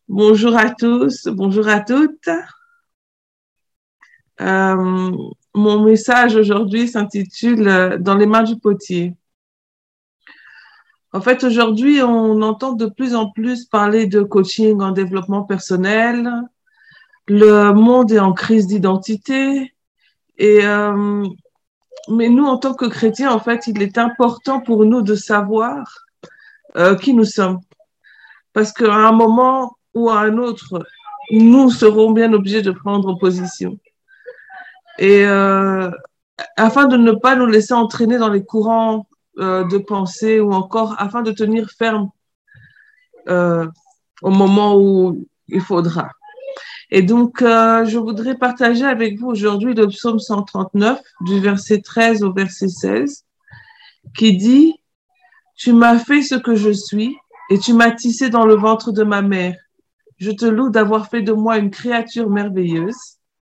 Bonjour à tous, bonjour à toutes. Euh, Mon message aujourd'hui s'intitule Dans les mains du potier. En fait, aujourd'hui, on entend de plus en plus parler de coaching en développement personnel. Le monde est en crise d'identité. Et, mais nous, en tant que chrétiens, en fait, il est important pour nous de savoir qui nous sommes. Parce qu'à un moment ou à un autre, nous serons bien obligés de prendre position. Et afin de ne pas nous laisser entraîner dans les courants de pensée ou encore afin de tenir ferme euh, au moment où il faudra. Et donc, je voudrais partager avec vous aujourd'hui le psaume 139 du verset 13 au verset 16 qui dit « Tu m'as fait ce que je suis et tu m'as tissé dans le ventre de ma mère. Je te loue d'avoir fait de moi une créature merveilleuse. »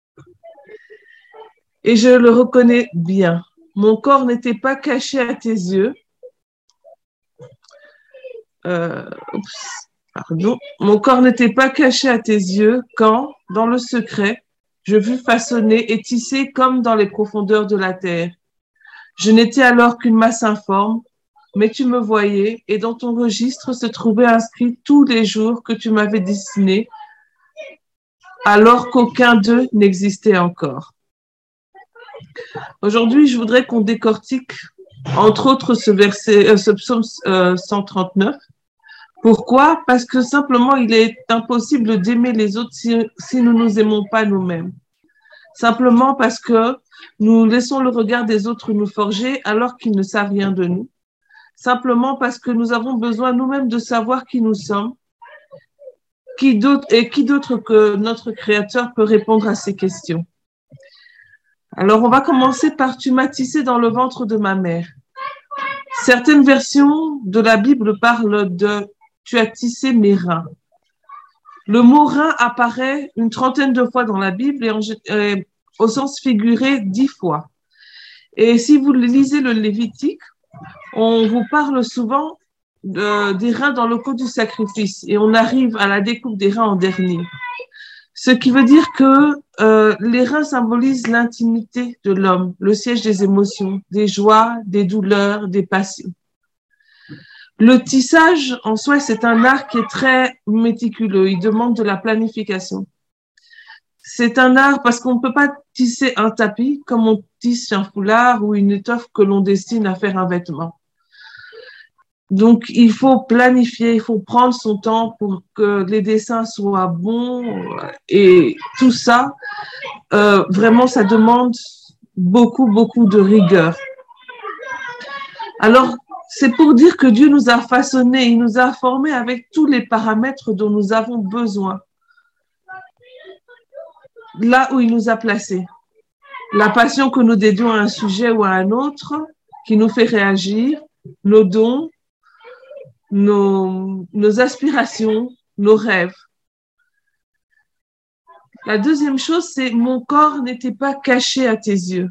Et je le reconnais bien. Mon corps n'était pas caché à tes yeux. Pardon. Mon corps n'était pas caché à tes yeux quand, dans le secret, je fus façonné et tissé comme dans les profondeurs de la terre. Je n'étais alors qu'une masse informe, mais tu me voyais et dans ton registre se trouvaient inscrits tous les jours que tu m'avais destinés, alors qu'aucun d'eux n'existait encore. Aujourd'hui, je voudrais qu'on décortique, entre autres, ce psaume 139. Pourquoi? Parce que simplement, il est impossible d'aimer les autres si nous ne nous aimons pas nous-mêmes. Simplement parce que nous laissons le regard des autres nous forger alors qu'ils ne savent rien de nous. Simplement parce que nous avons besoin nous-mêmes de savoir qui nous sommes. Qui d'autre que notre Créateur peut répondre à ces questions? Alors, on va commencer par « Tu m'as tissé dans le ventre de ma mère ». Certaines versions de la Bible parlent de « Tu as tissé mes reins ». Le mot rein apparaît une trentaine de fois dans la Bible et au sens figuré 10 fois. Et si vous lisez le Lévitique, on vous parle souvent des reins dans le code du sacrifice et on arrive à la découpe des reins en dernier. Ce qui veut dire que les reins symbolisent l'intimité de l'homme, le siège des émotions, des joies, des douleurs, des passions. Le tissage, en soi, c'est un art qui est très méticuleux. Il demande de la planification. C'est un art parce qu'on ne peut pas tisser un tapis comme on tisse un foulard ou une étoffe que l'on destine à faire un vêtement. Donc, il faut planifier, il faut prendre son temps pour que les dessins soient bons et tout ça, vraiment, ça demande beaucoup, beaucoup de rigueur. Alors, c'est pour dire que Dieu nous a façonnés, il nous a formés avec tous les paramètres dont nous avons besoin. Là où il nous a placés. La passion que nous dédions à un sujet ou à un autre, qui nous fait réagir, nos dons, nos aspirations, nos rêves. La deuxième chose, c'est mon corps n'était pas caché à tes yeux.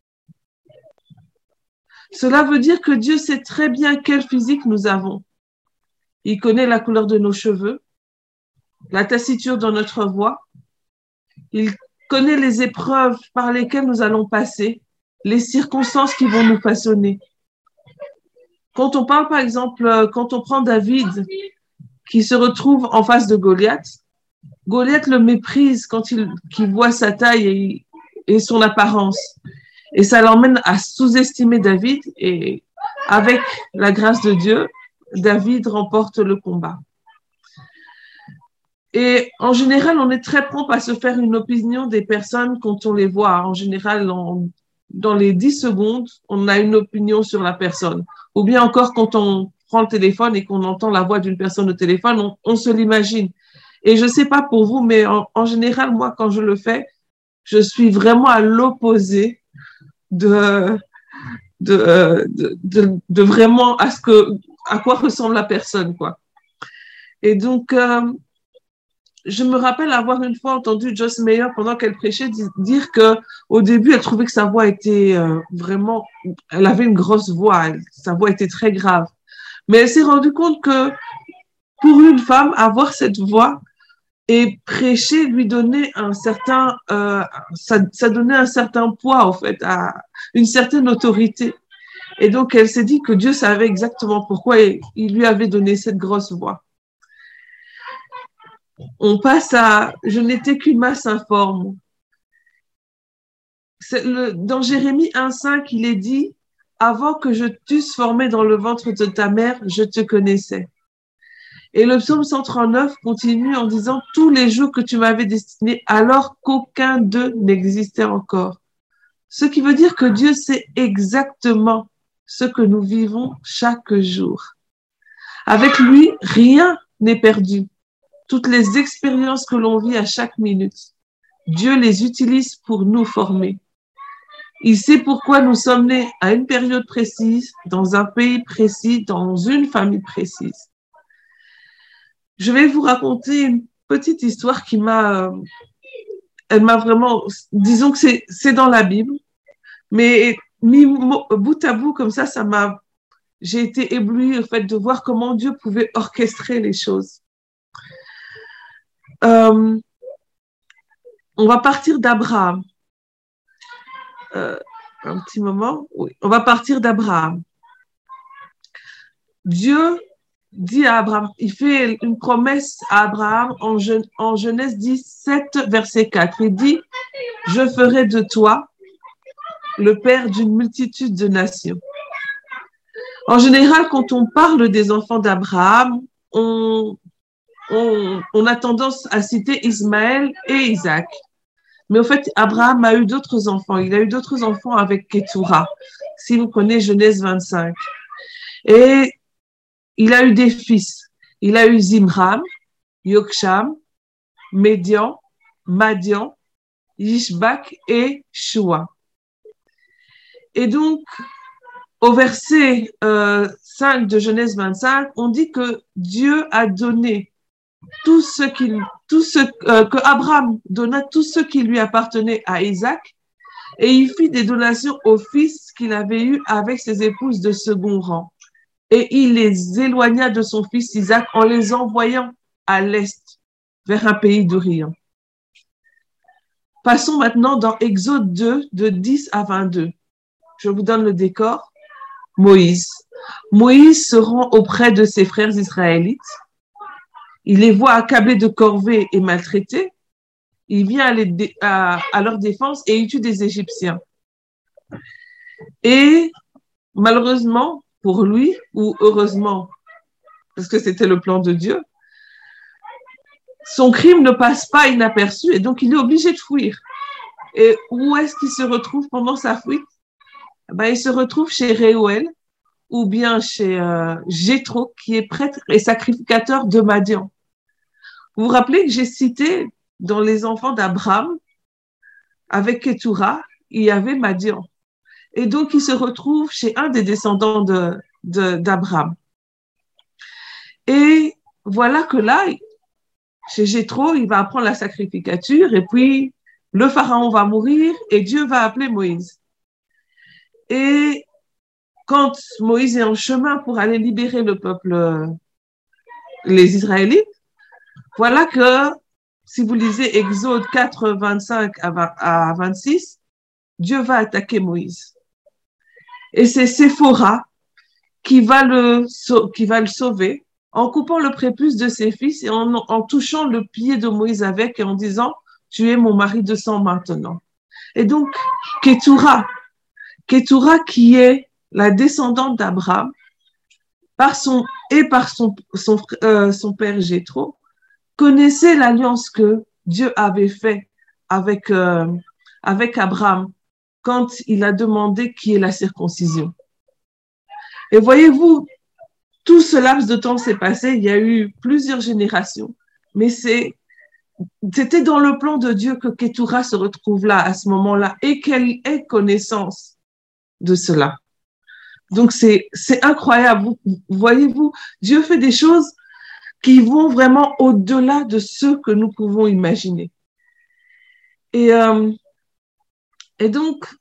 Cela veut dire que Dieu sait très bien quel physique nous avons. Il connaît la couleur de nos cheveux, la tessiture de notre voix. Il connaît les épreuves par lesquelles nous allons passer, les circonstances qui vont nous façonner. Quand on parle, par exemple, quand on prend David, qui se retrouve en face de Goliath, Goliath le méprise quand il voit sa taille et son apparence. Et ça l'emmène à sous-estimer David et avec la grâce de Dieu, David remporte le combat. Et en général, on est très prompt à se faire une opinion des personnes quand on les voit. En général, dans les 10 secondes, on a une opinion sur la personne. Ou bien encore, quand on prend le téléphone et qu'on entend la voix d'une personne au téléphone, on se l'imagine. Et je ne sais pas pour vous, mais en général, moi, quand je le fais, je suis vraiment à l'opposé de vraiment à quoi ressemble la personne, quoi. Et donc, je me rappelle avoir une fois entendu Joyce Meyer pendant qu'elle prêchait dire que au début, elle trouvait que sa voix était vraiment, elle avait une grosse voix, sa voix était très grave. Mais elle s'est rendue compte que pour une femme, avoir cette voix, Et prêcher lui donnait un certain, ça donnait un certain poids, en fait, une certaine autorité. Et donc, elle s'est dit que Dieu savait exactement pourquoi il lui avait donné cette grosse voix. On passe à « Je n'étais qu'une masse informe ». Dans Jérémie 1,5, il est dit « Avant que je t'eusse formé dans le ventre de ta mère, je te connaissais ». Et le psaume 139 continue en disant « Tous les jours que tu m'avais destiné, alors qu'aucun d'eux n'existait encore ». Ce qui veut dire que Dieu sait exactement ce que nous vivons chaque jour. Avec lui, rien n'est perdu. Toutes les expériences que l'on vit à chaque minute, Dieu les utilise pour nous former. Il sait pourquoi nous sommes nés à une période précise, dans un pays précis, dans une famille précise. Je vais vous raconter une petite histoire elle m'a vraiment, disons que c'est dans la Bible, mais mis bout à bout comme ça j'ai été éblouie au fait de voir comment Dieu pouvait orchestrer les choses. On va partir d'Abraham. Un petit moment. Oui, on va partir d'Abraham. Dieu dit à Abraham, il fait une promesse à Abraham en Genèse 17, verset 4. Il dit, je ferai de toi le père d'une multitude de nations. En général, quand on parle des enfants d'Abraham, on a tendance à citer Ismaël et Isaac. Mais au fait, Abraham a eu d'autres enfants. Il a eu d'autres enfants avec Ketura, si vous prenez Genèse 25. Et il a eu des fils. Il a eu Zimram, Yoksham, Médian, Madian, Yishbak et Shua. Et donc, au verset 5 de Genèse 25, on dit que Dieu a donné que Abraham donna tout ce qui lui appartenait à Isaac, et il fit des donations aux fils qu'il avait eus avec ses épouses de second rang. Et il les éloigna de son fils Isaac en les envoyant à l'est, vers un pays d'Orient. Passons maintenant dans Exode 2, de 10 à 22. Je vous donne le décor. Moïse. Moïse se rend auprès de ses frères israélites. Il les voit accablés de corvées et maltraités. Il vient à leur défense et il tue des Égyptiens. Et malheureusement pour lui, ou heureusement, parce que c'était le plan de Dieu, son crime ne passe pas inaperçu et donc il est obligé de fuir. Et où est-ce qu'il se retrouve pendant sa fuite? Il se retrouve chez Réouel ou bien chez Jéthro, qui est prêtre et sacrificateur de Madian. Vous vous rappelez que j'ai cité dans les enfants d'Abraham, avec Ketura, il y avait Madian. Et donc, il se retrouve chez un des descendants d'Abraham. Et voilà que là, chez Jéthro, il va apprendre la sacrificature et puis le pharaon va mourir et Dieu va appeler Moïse. Et quand Moïse est en chemin pour aller libérer le peuple, les Israélites, voilà que, si vous lisez Exode 4, 25 à 26, Dieu va attaquer Moïse. Et c'est Séphora qui va le sauver en coupant le prépuce de ses fils et en touchant le pied de Moïse avec et en disant « Tu es mon mari de sang maintenant ». Et donc, Ketura qui est la descendante d'Abraham, par son père Jéthro, connaissait l'alliance que Dieu avait faite avec Abraham quand il a demandé qui est la circoncision. Et voyez-vous, tout ce laps de temps s'est passé, il y a eu plusieurs générations, mais c'était dans le plan de Dieu que Ketura se retrouve là, à ce moment-là, et qu'elle ait connaissance de cela. Donc, c'est incroyable. Voyez-vous, Dieu fait des choses qui vont vraiment au-delà de ce que nous pouvons imaginer. Et donc,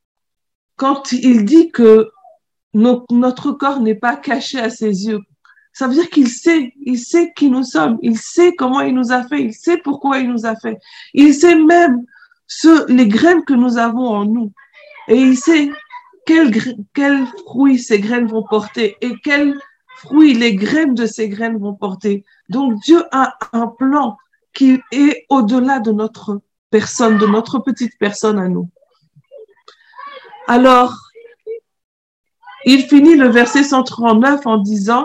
quand il dit que notre corps n'est pas caché à ses yeux, Ça veut dire qu'il sait qui nous sommes, il sait comment il nous a fait, il sait pourquoi il nous a fait. Il sait même les graines que nous avons en nous. Et il sait quels fruits ces graines vont porter et quels fruits les graines de ces graines vont porter. Donc Dieu a un plan qui est au-delà de notre personne, de notre petite personne à nous. Alors, il finit le verset 139 en disant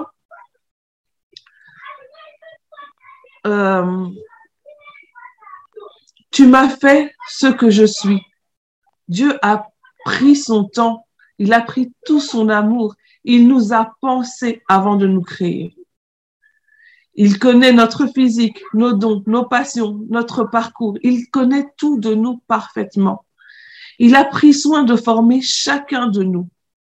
tu m'as fait ce que je suis. Dieu a pris son temps, il a pris tout son amour, il nous a pensé avant de nous créer. Il connaît notre physique, nos dons, nos passions, notre parcours. Il connaît tout de nous parfaitement. Il a pris soin de former chacun de nous.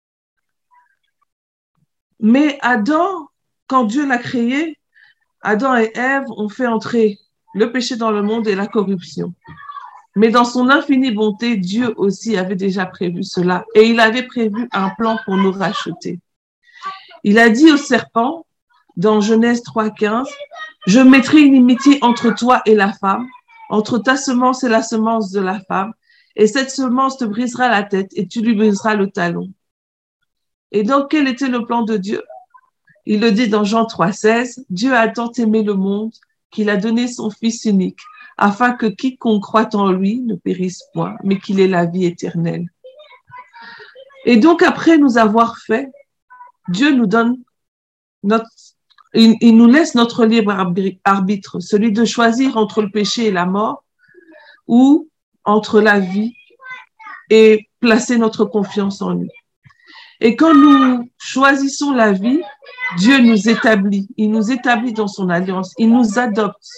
Mais Adam, quand Dieu l'a créé, Adam et Ève ont fait entrer le péché dans le monde et la corruption. Mais dans son infinie bonté, Dieu aussi avait déjà prévu cela et il avait prévu un plan pour nous racheter. Il a dit au serpent, dans Genèse 3,15, « Je mettrai une inimitié entre toi et la femme, entre ta semence et la semence de la femme, et cette semence te brisera la tête et tu lui briseras le talon. » Et donc, quel était le plan de Dieu? Il le dit dans Jean 3,16, « Dieu a tant aimé le monde qu'il a donné son Fils unique, afin que quiconque croit en lui ne périsse point, mais qu'il ait la vie éternelle. » Et donc, après nous avoir fait, Dieu nous donne il nous laisse notre libre arbitre, celui de choisir entre le péché et la mort, ou entre la vie et placer notre confiance en lui. Et quand nous choisissons la vie, Dieu nous établit, il nous établit dans son alliance, il nous adopte.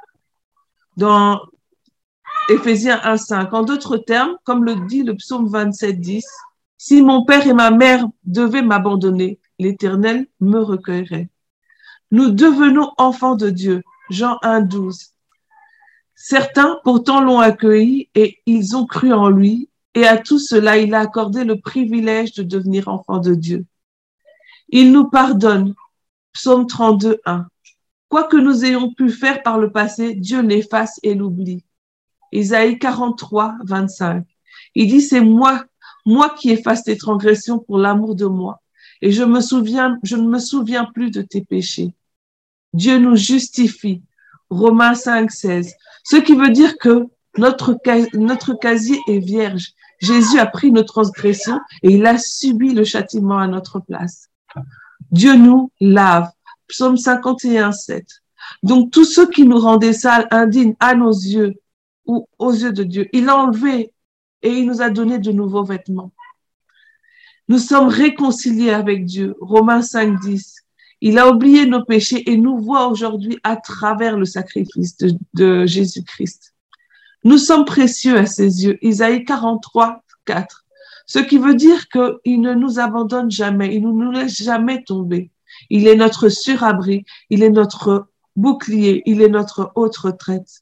Dans Éphésiens 1,5, en d'autres termes, comme le dit le psaume 27,10, « Si mon père et ma mère devaient m'abandonner, l'Éternel me recueillerait. » Nous devenons enfants de Dieu. Jean 1,12. Certains pourtant l'ont accueilli et ils ont cru en lui, et à tout cela, il a accordé le privilège de devenir enfants de Dieu. Il nous pardonne. Psaume 32,1. Quoi que nous ayons pu faire par le passé, Dieu l'efface et l'oublie. Isaïe 43,25. Il dit, c'est moi qui efface tes transgressions pour l'amour de moi, et je ne me souviens plus de tes péchés. Dieu nous justifie. Romains 5,16. Ce qui veut dire que notre casier est vierge. Jésus a pris nos transgressions et il a subi le châtiment à notre place. Dieu nous lave. Psaume 51,7. Donc, tous ceux qui nous rendaient sales, indignes à nos yeux ou aux yeux de Dieu, il a enlevé et il nous a donné de nouveaux vêtements. Nous sommes réconciliés avec Dieu. Romains 5,10. Il a oublié nos péchés et nous voit aujourd'hui à travers le sacrifice de Jésus-Christ. Nous sommes précieux à ses yeux. Isaïe 43,4. Ce qui veut dire qu'il ne nous abandonne jamais, il ne nous laisse jamais tomber. Il est notre surabri, il est notre bouclier, il est notre haute retraite.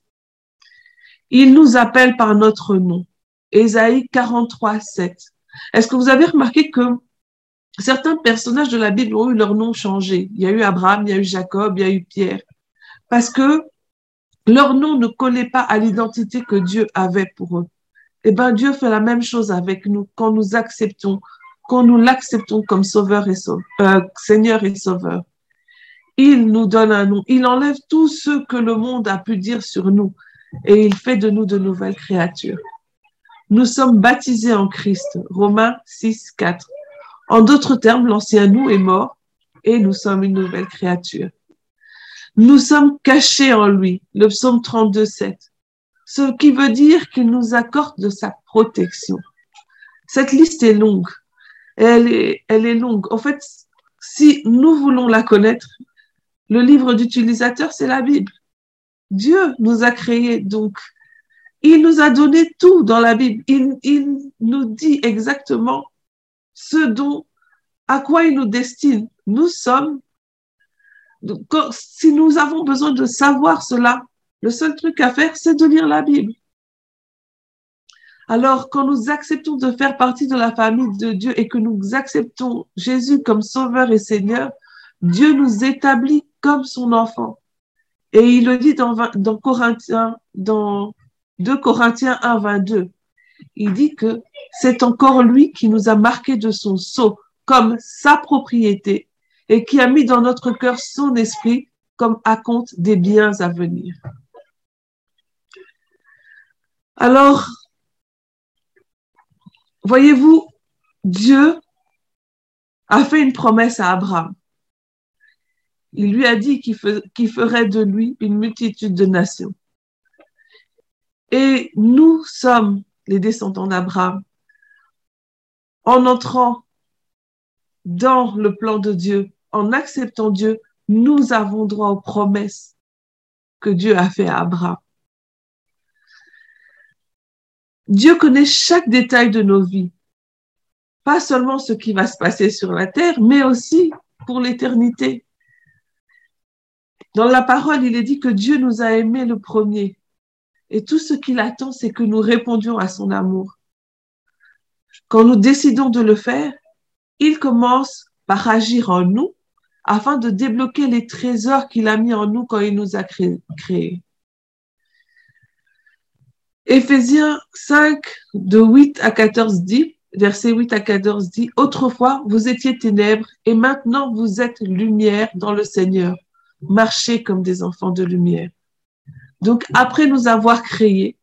Il nous appelle par notre nom. Isaïe 43,7. Est-ce que vous avez remarqué que certains personnages de la Bible ont eu leur nom changé? Il y a eu Abraham, il y a eu Jacob, il y a eu Pierre. Parce que leur nom ne collait pas à l'identité que Dieu avait pour eux. Eh bien, Dieu fait la même chose avec nous quand nous l'acceptons comme Seigneur et Sauveur. Il nous donne un nom. Il enlève tout ce que le monde a pu dire sur nous et il fait de nous de nouvelles créatures. Nous sommes baptisés en Christ. Romains 6,4. En d'autres termes, l'ancien nous est mort et nous sommes une nouvelle créature. Nous sommes cachés en lui, le psaume 32,7. Ce qui veut dire qu'il nous accorde de sa protection. Cette liste est longue. Elle est longue. En fait, si nous voulons la connaître, le livre d'utilisateur, c'est la Bible. Dieu nous a créés, donc il nous a donné tout dans la Bible. Il nous dit exactement à quoi il nous destine. Nous sommes, si nous avons besoin de savoir cela, le seul truc à faire, c'est de lire la Bible. Alors, quand nous acceptons de faire partie de la famille de Dieu et que nous acceptons Jésus comme Sauveur et Seigneur, Dieu nous établit comme son enfant. Et il le dit dans 2 Corinthiens 1, 22. Il dit que c'est encore lui qui nous a marqués de son sceau comme sa propriété et qui a mis dans notre cœur son esprit comme acompte des biens à venir. Alors, voyez-vous, Dieu a fait une promesse à Abraham. Il lui a dit qu'il ferait de lui une multitude de nations. Et nous sommes les descendants d'Abraham. En entrant dans le plan de Dieu, en acceptant Dieu, nous avons droit aux promesses que Dieu a fait à Abraham. Dieu connaît chaque détail de nos vies, pas seulement ce qui va se passer sur la terre, mais aussi pour l'éternité. Dans la parole, il est dit que Dieu nous a aimés le premier. Et tout ce qu'il attend, c'est que nous répondions à son amour. Quand nous décidons de le faire, il commence par agir en nous afin de débloquer les trésors qu'il a mis en nous quand il nous a créés. Éphésiens 5, de 8 à 14 dit, verset 8 à 14 dit, « Autrefois, vous étiez ténèbres et maintenant vous êtes lumière dans le Seigneur. Marchez comme des enfants de lumière. » Donc, après nous avoir créés,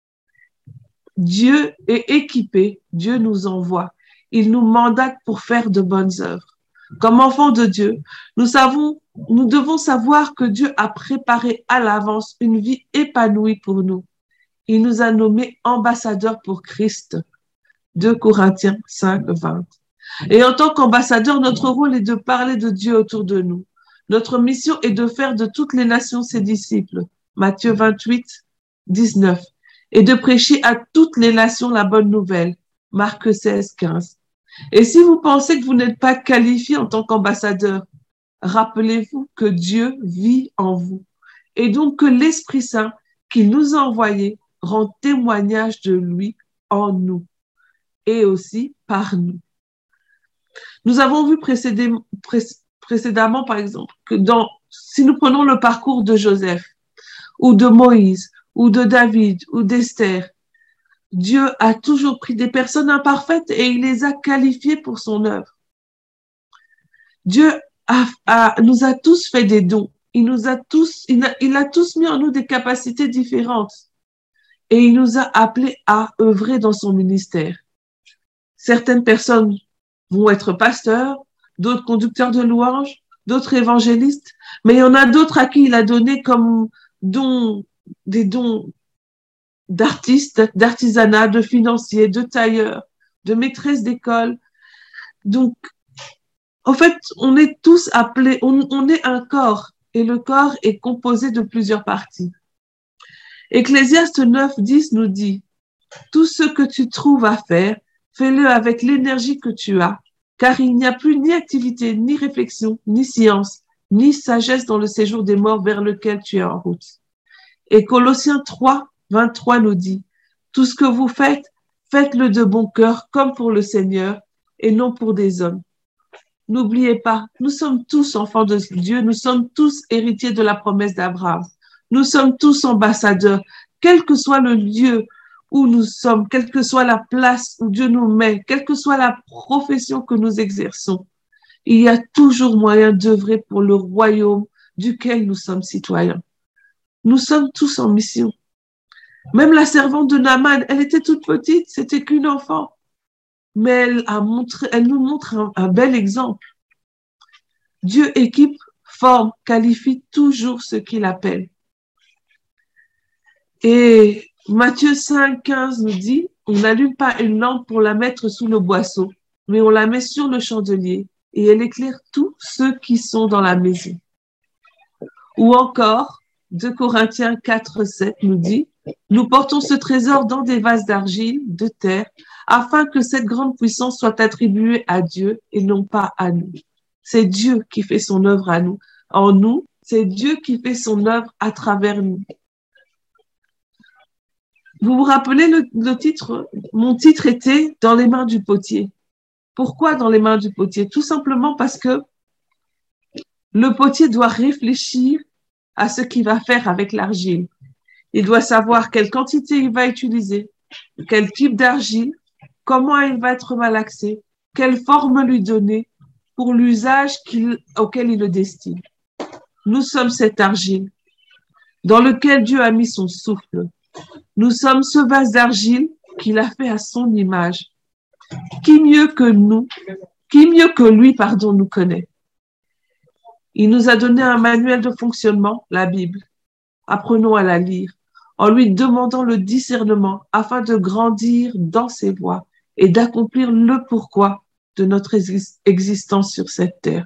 Dieu est équipé, Dieu nous envoie. Il nous mandate pour faire de bonnes œuvres. Comme enfants de Dieu, nous devons savoir que Dieu a préparé à l'avance une vie épanouie pour nous. Il nous a nommés ambassadeurs pour Christ. 2 Corinthiens 5, 20. Et en tant qu'ambassadeurs, notre rôle est de parler de Dieu autour de nous. Notre mission est de faire de toutes les nations ses disciples. Matthieu 28, 19. Et de prêcher à toutes les nations la bonne nouvelle. Marc 16, 15. Et si vous pensez que vous n'êtes pas qualifié en tant qu'ambassadeur, rappelez-vous que Dieu vit en vous. Et donc que l'Esprit Saint qu'il nous a envoyé rend témoignage de lui en nous et aussi par nous. Nous avons vu précédemment, par exemple, que si nous prenons le parcours de Joseph, ou de Moïse, ou de David, ou d'Esther, Dieu a toujours pris des personnes imparfaites et il les a qualifiées pour son œuvre. Dieu nous a tous fait des dons. Il a tous mis en nous des capacités différentes. Et il nous a appelés à œuvrer dans son ministère. Certaines personnes vont être pasteurs, d'autres conducteurs de louanges, d'autres évangélistes, mais il y en a d'autres à qui il a donné comme des dons d'artistes, d'artisanat, de financiers, de tailleurs, de maîtresses d'école. Donc, en fait, on est tous appelés, on est un corps, et le corps est composé de plusieurs parties. Ecclésiaste 9, 10 nous dit, « Tout ce que tu trouves à faire, fais-le avec l'énergie que tu as, car il n'y a plus ni activité, ni réflexion, ni science, ni sagesse dans le séjour des morts vers lequel tu es en route. » Et Colossiens 3, 23 nous dit, « Tout ce que vous faites, faites-le de bon cœur, comme pour le Seigneur, et non pour des hommes. » N'oubliez pas, nous sommes tous enfants de Dieu, nous sommes tous héritiers de la promesse d'Abraham. Nous sommes tous ambassadeurs, quel que soit le lieu où nous sommes, quelle que soit la place où Dieu nous met, quelle que soit la profession que nous exerçons. Il y a toujours moyen d'œuvrer pour le royaume duquel nous sommes citoyens. Nous sommes tous en mission. Même la servante de Naaman, elle était toute petite, c'était qu'une enfant. Mais elle nous montre un bel exemple. Dieu équipe, forme, qualifie toujours ce qu'il appelle. Et Matthieu 5, 15 nous dit, on n'allume pas une lampe pour la mettre sous le boisseau, mais on la met sur le chandelier et elle éclaire tous ceux qui sont dans la maison. Ou encore, 2 Corinthiens 4, 7 nous dit, nous portons ce trésor dans des vases d'argile, de terre, afin que cette grande puissance soit attribuée à Dieu et non pas à nous. C'est Dieu qui fait son œuvre à nous. En nous, c'est Dieu qui fait son œuvre à travers nous. Vous vous rappelez le titre? Mon titre était « Dans les mains du potier ». Pourquoi dans les mains du potier? Tout simplement parce que Le potier doit réfléchir à ce qu'il va faire avec l'argile. Il doit savoir quelle quantité il va utiliser, quel type d'argile, comment il va être malaxé, quelle forme lui donner pour l'usage auquel il le destine. Nous sommes cette argile dans lequel Dieu a mis son souffle. Nous sommes ce vase d'argile qu'il a fait à son image. Qui mieux que lui, nous connaît? Il nous a donné un manuel de fonctionnement, la Bible. Apprenons à la lire en lui demandant le discernement afin de grandir dans ses voies et d'accomplir le pourquoi de notre existence sur cette terre.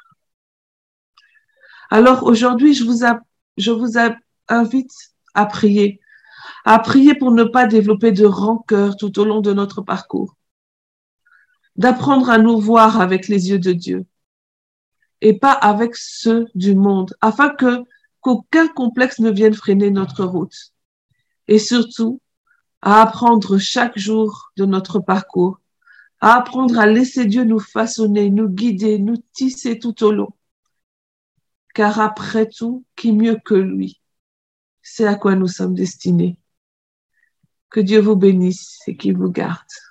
Alors aujourd'hui, je vous invite à prier pour ne pas développer de rancœur tout au long de notre parcours, d'apprendre à nous voir avec les yeux de Dieu et pas avec ceux du monde, afin qu'aucun complexe ne vienne freiner notre route. Et surtout, à apprendre chaque jour de notre parcours, à apprendre à laisser Dieu nous façonner, nous guider, nous tisser tout au long. Car après tout, qui mieux que lui? C'est à quoi nous sommes destinés. Que Dieu vous bénisse et qu'il vous garde.